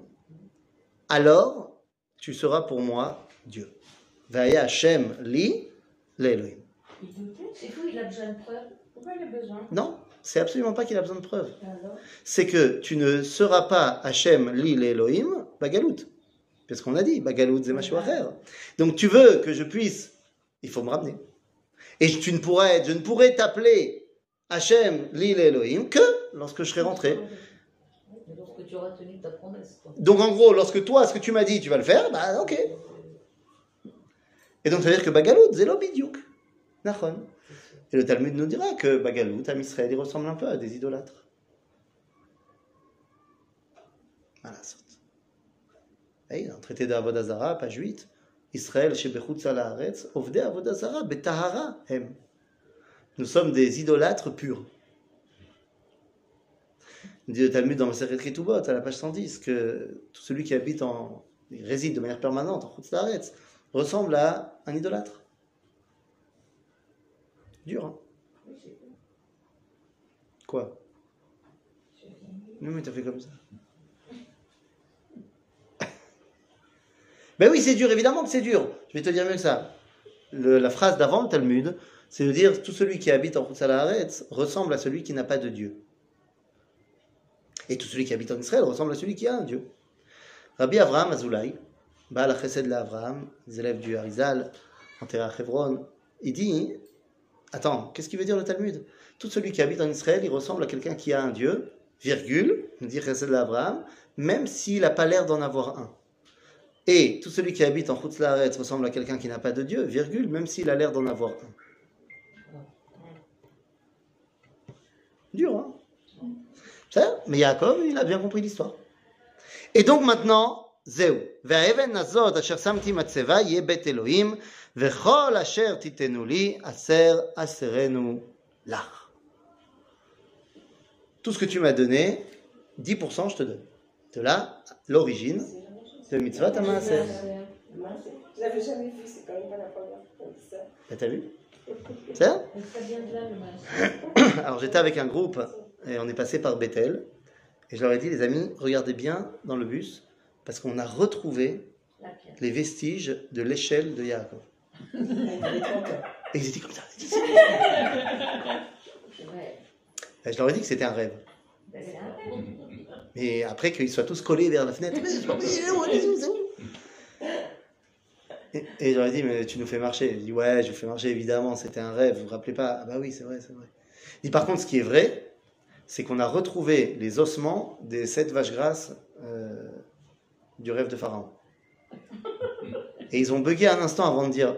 alors tu seras pour moi Dieu. Vaya Hashem li l'Elohim. C'est fou, il a besoin de preuves. Pourquoi il a besoin? Non, c'est absolument pas qu'il a besoin de preuves. Alors, C'est que tu ne seras pas Hashem li l'Elohim, bagalout. Parce qu'on a dit, bagalout c'est machuacher. Donc tu veux que je puisse, il faut me ramener. Et je ne pourrai t'appeler Hashem li l'Elohim que lorsque je serai rentré. Lorsque tu auras tenu ta promesse. Quoi. Donc en gros, lorsque toi, ce que tu m'as dit, tu vas le faire, bah ok. Et donc ça veut dire que bagalout, c'est l'obidiuk. Nachon. Et le Talmud nous dira que bagalout, à Israël, il ressemble un peu à des idolâtres. Voilà. Et dans le traité d'Avodah Zara, page 8, Israël, chez Bechutz al Haaretz, Ovdei Avodah Zara, Betahara, hem. Nous sommes des idolâtres purs. Il dit le Talmud dans Masechet Ketubot, à la page 110, que tout celui qui réside de manière permanente en Chutz Haaretz ressemble à un idolâtre. Dur, hein? Quoi? Non, mais t'as fait comme ça. Ben oui, c'est dur, évidemment que c'est dur. Je vais te dire mieux que ça. La phrase d'avant le Talmud, c'est de dire tout celui qui habite en Chutz Haaretz ressemble à celui qui n'a pas de Dieu. Et tout celui qui habite en Israël ressemble à celui qui a un Dieu. Rabbi Avraham Azoulay, Baal HaChesed l'Avraham, des élèves du Harizal, enterré à Hebron, il dit Attends, qu'est-ce qu'il veut dire le Talmud? Tout celui qui habite en Israël, il ressemble à quelqu'un qui a un Dieu, virgule, nous dit Chesed l'Abraham, même s'il n'a pas l'air d'en avoir un. Et tout celui qui habite en Chutz La'aretz ressemble à quelqu'un qui n'a pas de Dieu, virgule, même s'il a l'air d'en avoir un. Dur, hein? Mais Yaakov, il a bien compris l'histoire. Et donc maintenant, Zeu. Ve'aven nazot asher samti matzeva yeh bet Elohim, ve'chol asher titenu li aserenu lach. Tout ce que tu m'as donné, 10% je te donne. De là, l'origine, c'est le mitzvah maaser. Je l'avais jamais vu, c'est quand même pas la première fois qu'on dit ça. T'as vu? C'est ça? Ça vient de là, le masque. Alors j'étais avec un groupe et on est passé par Bethel et je leur ai dit, les amis, regardez bien dans le bus parce qu'on a retrouvé les vestiges de l'échelle de Yaakov. Et ils étaient comme ça. Et je leur ai dit que c'était un rêve. Mais après qu'ils soient tous collés vers la fenêtre. Et je leur ai dit, mais tu nous fais marcher. Je dis, ouais, je vous fais marcher, évidemment, c'était un rêve, vous vous rappelez pas? Ah bah oui, c'est vrai, c'est vrai. Et par contre, ce qui est vrai, c'est qu'on a retrouvé les ossements des 7 vaches grasses du rêve de Pharaon. Et ils ont bugué un instant avant de dire,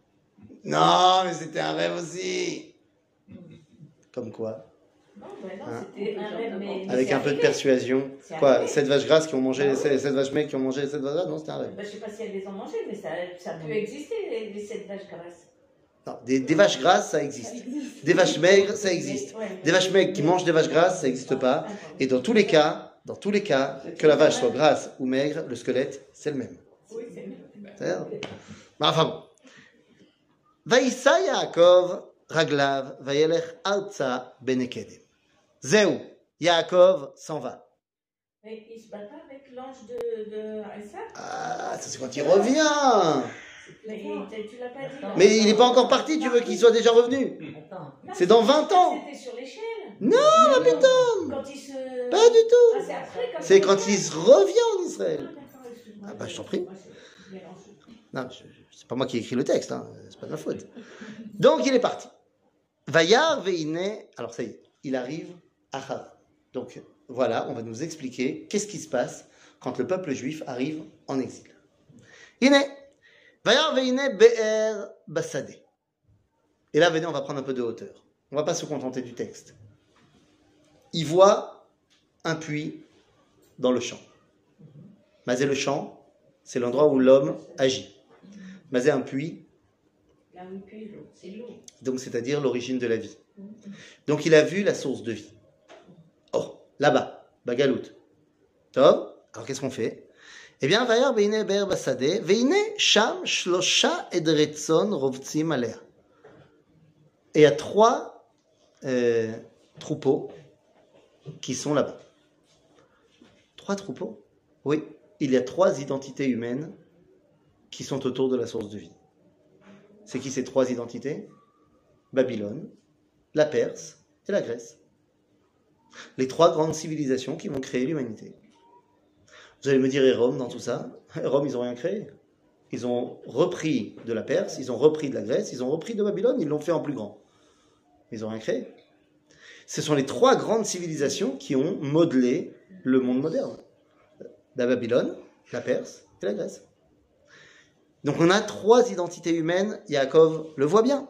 non, mais c'était un rêve aussi. Comme quoi? Non, c'était un rêve, mais avec un peu de persuasion. Quoi, 7 vaches grasses qui ont mangé les 7 vaches maigres qui ont mangé les 7 vaches grasses? Non, c'était un rêve. Je ne sais pas si elles les ont mangées, mais ça peut exister, les 7 vaches grasses. Non, des vaches grasses, ça existe. Des vaches maigres, ça existe. Des vaches maigres qui mangent des vaches grasses, ça n'existe pas. Et dans tous les cas, que la vache soit grasse ou maigre, le squelette, c'est le même. Oui, c'est le même. C'est-à-dire... Enfin bon. Vaïssa Yaakov Raglav Vayelech Artsa Benekedem. Zéou, Yaakov s'en va. Mais il ne se bat pas avec l'ange de Isaac. Ah, ça c'est quand il revient. Mais tu l'as pas dit. Mais il n'est pas encore parti, tu veux qu'il soit déjà revenu. Attends. C'est dans 20 ans. C'était sur l'échelle. Non, putain. Quand il se... Pas du tout. Ah, c'est après, C'est quand il revient en Israël. Ah bah je t'en prie. Non, c'est pas moi qui ai écrit le texte, hein. C'est pas de ma faute. Donc il est parti. Vayar veine. Alors ça y est, il arrive à Haran. Donc voilà, on va nous expliquer qu'est-ce qui se passe quand le peuple juif arrive en exil. Ine. Vayar veine be'er basadeh. Et là, venez, on va prendre un peu de hauteur. On va pas se contenter du texte. Il voit un puits dans le champ. Mazé le champ, c'est l'endroit où l'homme agit. Mazé un puits, Là où il puise l'eau, c'est l'eau. donc c'est-à-dire l'origine de la vie. Donc il a vu la source de vie. Oh, là-bas, Bagalout. Top. Alors qu'est-ce qu'on fait? Eh bien, Vayar beine be'er basadeh, veine sham shlosha edretzon rovtzim alea. Et il y a 3 troupeaux qui sont là-bas. 3 troupeaux? Oui, il y a 3 identités humaines qui sont autour de la source de vie. C'est qui ces 3 identités? Babylone, la Perse et la Grèce. Les 3 grandes civilisations qui vont créer l'humanité. Vous allez me dire, et Rome dans tout ça? Rome, ils n'ont rien créé. Ils ont repris de la Perse, ils ont repris de la Grèce, ils ont repris de Babylone, ils l'ont fait en plus grand. Ils n'ont rien créé. Ce sont les 3 grandes civilisations qui ont modelé le monde moderne. La Babylone, la Perse et la Grèce. Donc on a 3 identités humaines, Yaakov le voit bien.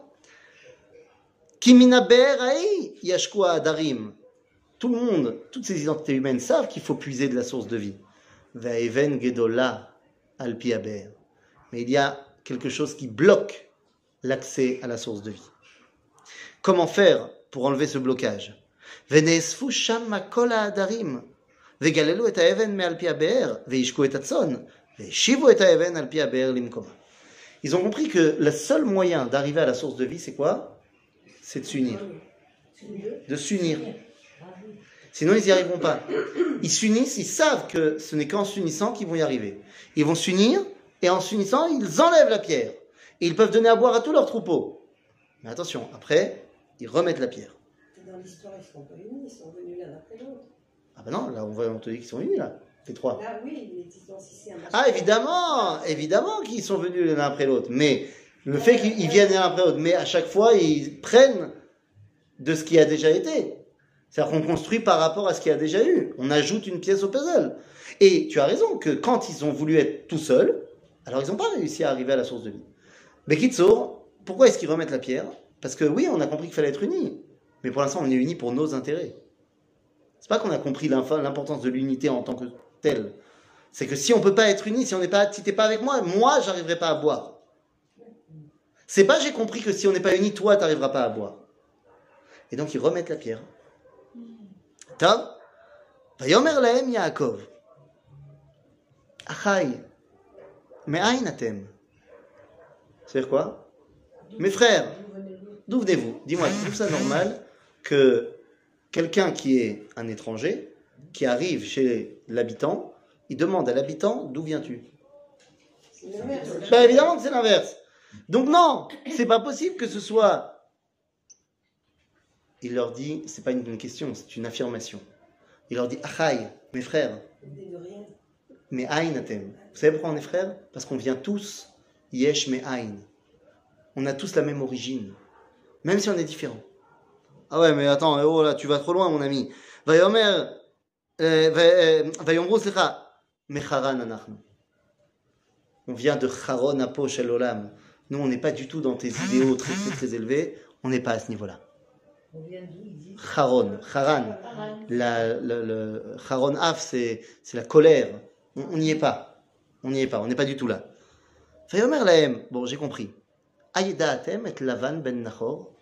Kiminaber aï yashkua adarim. Tout le monde, toutes ces identités humaines savent qu'il faut puiser de la source de vie. Ve'even gedola al pi aber. Mais il y a quelque chose qui bloque l'accès à la source de vie. Comment faire pour enlever ce blocage? Ve'neesfu sham kol ha'adarim. Ve'galelu et ha'even me'al pi aber. Ve'ishku et hatzon. Ve'shivu et ha'even al pi aber limkoma. Ils ont compris que le seul moyen d'arriver à la source de vie, c'est quoi? C'est de s'unir. De s'unir. Sinon, ils n'y arriveront pas. Ils s'unissent, ils savent que ce n'est qu'en s'unissant qu'ils vont y arriver. Ils vont s'unir, et en s'unissant, ils enlèvent la pierre. Et ils peuvent donner à boire à tous leurs troupeaux. Mais attention, après, ils remettent la pierre. Dans l'histoire, ils ne sont pas unis, ils sont venus l'un après l'autre. Ah ben non, là, on te dit qu'ils sont unis, là, les 3. Là, oui, mais disons, si c'est un Ah, évidemment qu'ils sont venus l'un après l'autre. Mais Le fait qu'ils viennent l'un après l'autre, mais à chaque fois, ils prennent de ce qui a déjà été. C'est-à-dire qu'on construit par rapport à ce qu'il y a déjà eu. On ajoute une pièce au puzzle. Et tu as raison que quand ils ont voulu être tout seuls, alors ils n'ont pas réussi à arriver à la source de vie. Mais Kitsour, pourquoi est-ce qu'ils remettent la pierre? Parce que oui, on a compris qu'il fallait être unis. Mais pour l'instant, on est unis pour nos intérêts. C'est pas qu'on a compris l'importance de l'unité en tant que telle. C'est que si on peut pas être unis, si t'es pas avec moi, j'arriverai pas à boire. C'est pas j'ai compris que si on n'est pas unis, toi, t'arriveras pas à boire. Et donc ils remettent la pierre. Tav, vayomer lahem Yaakov. Achai, me'ain atem. C'est-à-dire quoi? Mes frères, d'où venez-vous? Dis-moi, tu trouves ça normal que quelqu'un qui est un étranger, qui arrive chez l'habitant, il demande à l'habitant, d'où viens-tu? Ben, évidemment que c'est l'inverse. Donc non, c'est pas possible que ce soit... Il leur dit, c'est pas une question, c'est une affirmation. Il leur dit, Achai, mes frères. Mais Aïn atem. Vous savez pourquoi on est frères? Parce qu'on vient tous, Yesh me Aïn. On a tous la même origine. Même si on est différents. Ah ouais, mais attends, oh là, tu vas trop loin, mon ami. Vayomer, vayomru slecha, mecharan anachnu. On vient de Charon Apo Shel Olam. Nous, on n'est pas du tout dans tes idéaux très très très élevés. On n'est pas à ce niveau-là. On vient d'où, il dit? Charon. Charon Af, c'est la colère. On n'y est pas. On n'y est pas. On n'est pas du tout là. Vayomer lahem. Bon, j'ai compris. Aïdaatem et Lavan ben Nachor.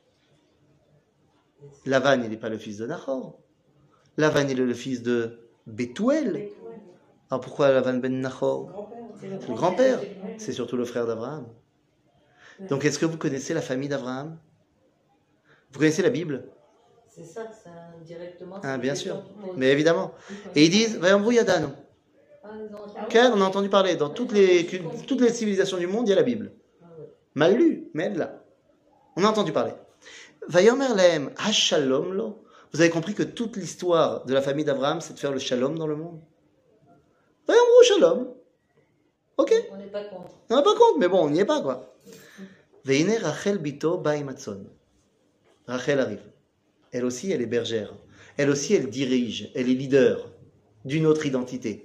Lavan, il n'est pas le fils de Nachor. Lavan, il est le fils de Bethuel. Alors pourquoi Lavan ben Nachor? C'est le grand-père. C'est surtout le frère d'Abraham. Donc est-ce que vous connaissez la famille d'Abraham? Vous connaissez la Bible? C'est ça, c'est directement. Ah, bien sûr. Mais évidemment. Et ils disent, Vayamru Yadanu. Car on a entendu parler, dans toutes les civilisations du monde, il y a la Bible. Mal lu, mais elle là. On a entendu parler. Vayomer lahem hashalom lo. Vous avez compris que toute l'histoire de la famille d'Abraham, c'est de faire le shalom dans le monde. Vayomru shalom. Ok. On n'est pas contre. On n'est pas contre, mais bon, on n'y est pas quoi. Veine Rachel bito baimatzon. Rachel arrive. Elle aussi, elle est bergère. Elle aussi, elle dirige. Elle est leader d'une autre identité.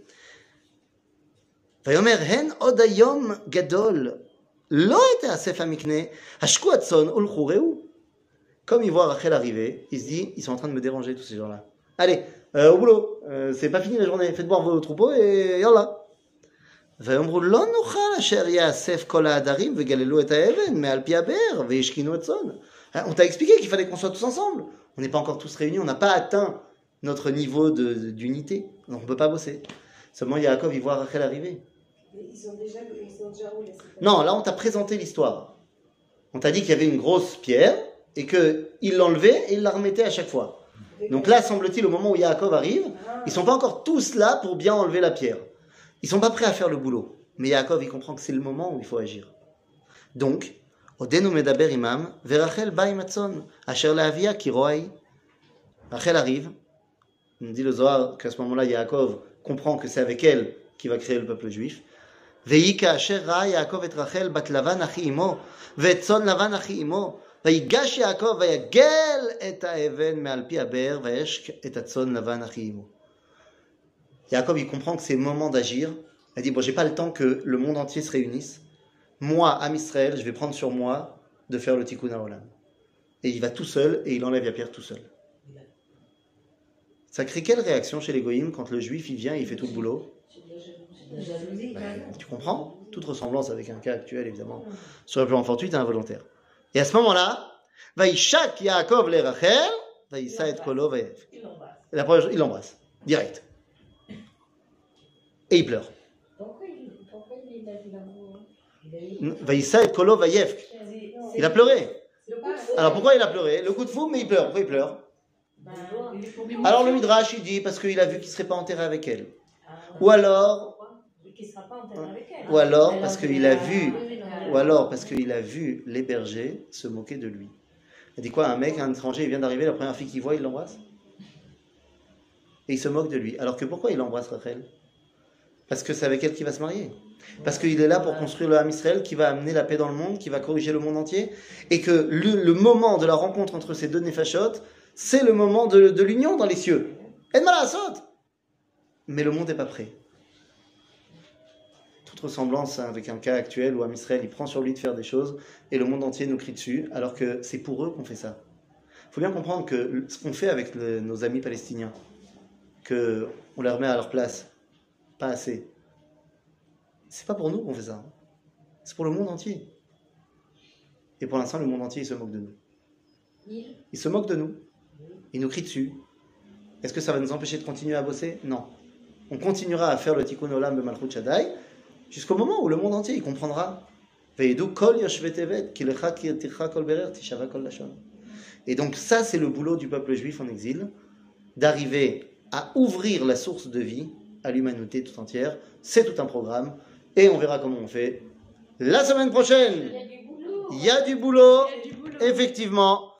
Vayomer hen odayom gadol. Lo ete asef amikne. Hashku atzon ulchu reu. Comme il voit Rachel arriver, il se dit, ils sont en train de me déranger tous ces gens-là. Allez, au boulot. C'est pas fini la journée. Faites boire vos troupeaux et yallah. ויאמרו לא נוכל אשר יאסף כל העדרים וגללו את האבן מעל פי הבאר וישכינו הצאן. On t'a expliqué qu'il fallait qu'on soit tous ensemble. On n'est pas encore tous réunis, on n'a pas atteint notre niveau d'unité. Donc on ne peut pas bosser. Seulement Yaakov, il voit Rachel arriver. Mais ils ont déjà roulé. Non, là on t'a présenté l'histoire. On t'a dit qu'il y avait une grosse pierre et qu'il l'enlevait et il la remettait à chaque fois. Donc là, semble-t-il, au moment où Yaakov arrive, ils ne sont pas encore tous là pour bien enlever la pierre. Ils sont pas prêts à faire le boulot. Mais Yaakov, il comprend que c'est le moment où il faut agir. Donc, Odenu medaber imam, verachel ba imatzon, asher laavia kiroai. Rachel arrive. On dit le Zohar qu'à ce moment-là, Yaakov comprend que c'est avec elle qu'il va créer le peuple juif. Veika asher ra Yaakov et Rachel bat Lavan achi imo, ve'etzon Lavan achi imo. ויגש יעקב ויגל את האבן מעל פי הבאר וישק את הצאן לבן אחי אמו. Yaakov, il comprend que c'est le moment d'agir. Il dit, bon, j'ai pas le temps que le monde entier se réunisse. Moi, Am Israël, je vais prendre sur moi de faire le Tikkun HaOlam. Et il va tout seul et il enlève la pierre tout seul. Ça crée quelle réaction chez les goïms quand le juif, il vient et il fait tout le boulot? Tu comprends? Toute ressemblance avec un cas actuel, évidemment, sur le plan fortuit et involontaire. Et à ce moment-là, Vaïchak Yaakov le Rachel, Vaïssa et Kolo Vaïef. Il l'embrasse, direct. Et il pleure. Pourquoi il a vu l'amour? Vaïssa et Kolo Vaïef. Il a pleuré. Alors pourquoi il a pleuré? Le coup de fou, mais il pleure. Pourquoi il pleure? Alors le Midrash, il dit parce qu'il a vu qu'il ne serait pas enterré avec elle. Ou alors parce qu'il a vu, les bergers se moquer de lui. Il dit quoi? Un mec, un étranger, il vient d'arriver, la première fille qu'il voit, il l'embrasse. Et il se moque de lui. Alors que pourquoi il embrasse Rachel? Parce que c'est avec elle qu'il va se marier. Parce qu'il est là pour construire le Ham Israël qui va amener la paix dans le monde, qui va corriger le monde entier. Et que le moment de la rencontre entre ces deux Nefashot, c'est le moment de l'union dans les cieux. Et de Malasot. Mais le monde n'est pas prêt. Toute ressemblance avec un cas actuel où Ham Israël il prend sur lui de faire des choses et le monde entier nous crie dessus, alors que c'est pour eux qu'on fait ça. Il faut bien comprendre que ce qu'on fait avec nos amis palestiniens, qu'on les remet à leur place, pas assez. C'est pas pour nous qu'on fait ça. C'est pour le monde entier. Et pour l'instant, le monde entier, il se moque de nous. Il se moque de nous. Il nous crie dessus. Est-ce que ça va nous empêcher de continuer à bosser? Non. On continuera à faire le Tikkun Olam B'Malchut Shaddai jusqu'au moment où le monde entier, il comprendra. Ve'edu kol yoshvei tevet, ki lecha tircha kol berer, tishava kol lashon. Et donc ça, c'est le boulot du peuple juif en exil, d'arriver à ouvrir la source de vie à l'humanité tout entière. C'est tout un programme. Et on verra comment on fait la semaine prochaine. Il y a du boulot, effectivement.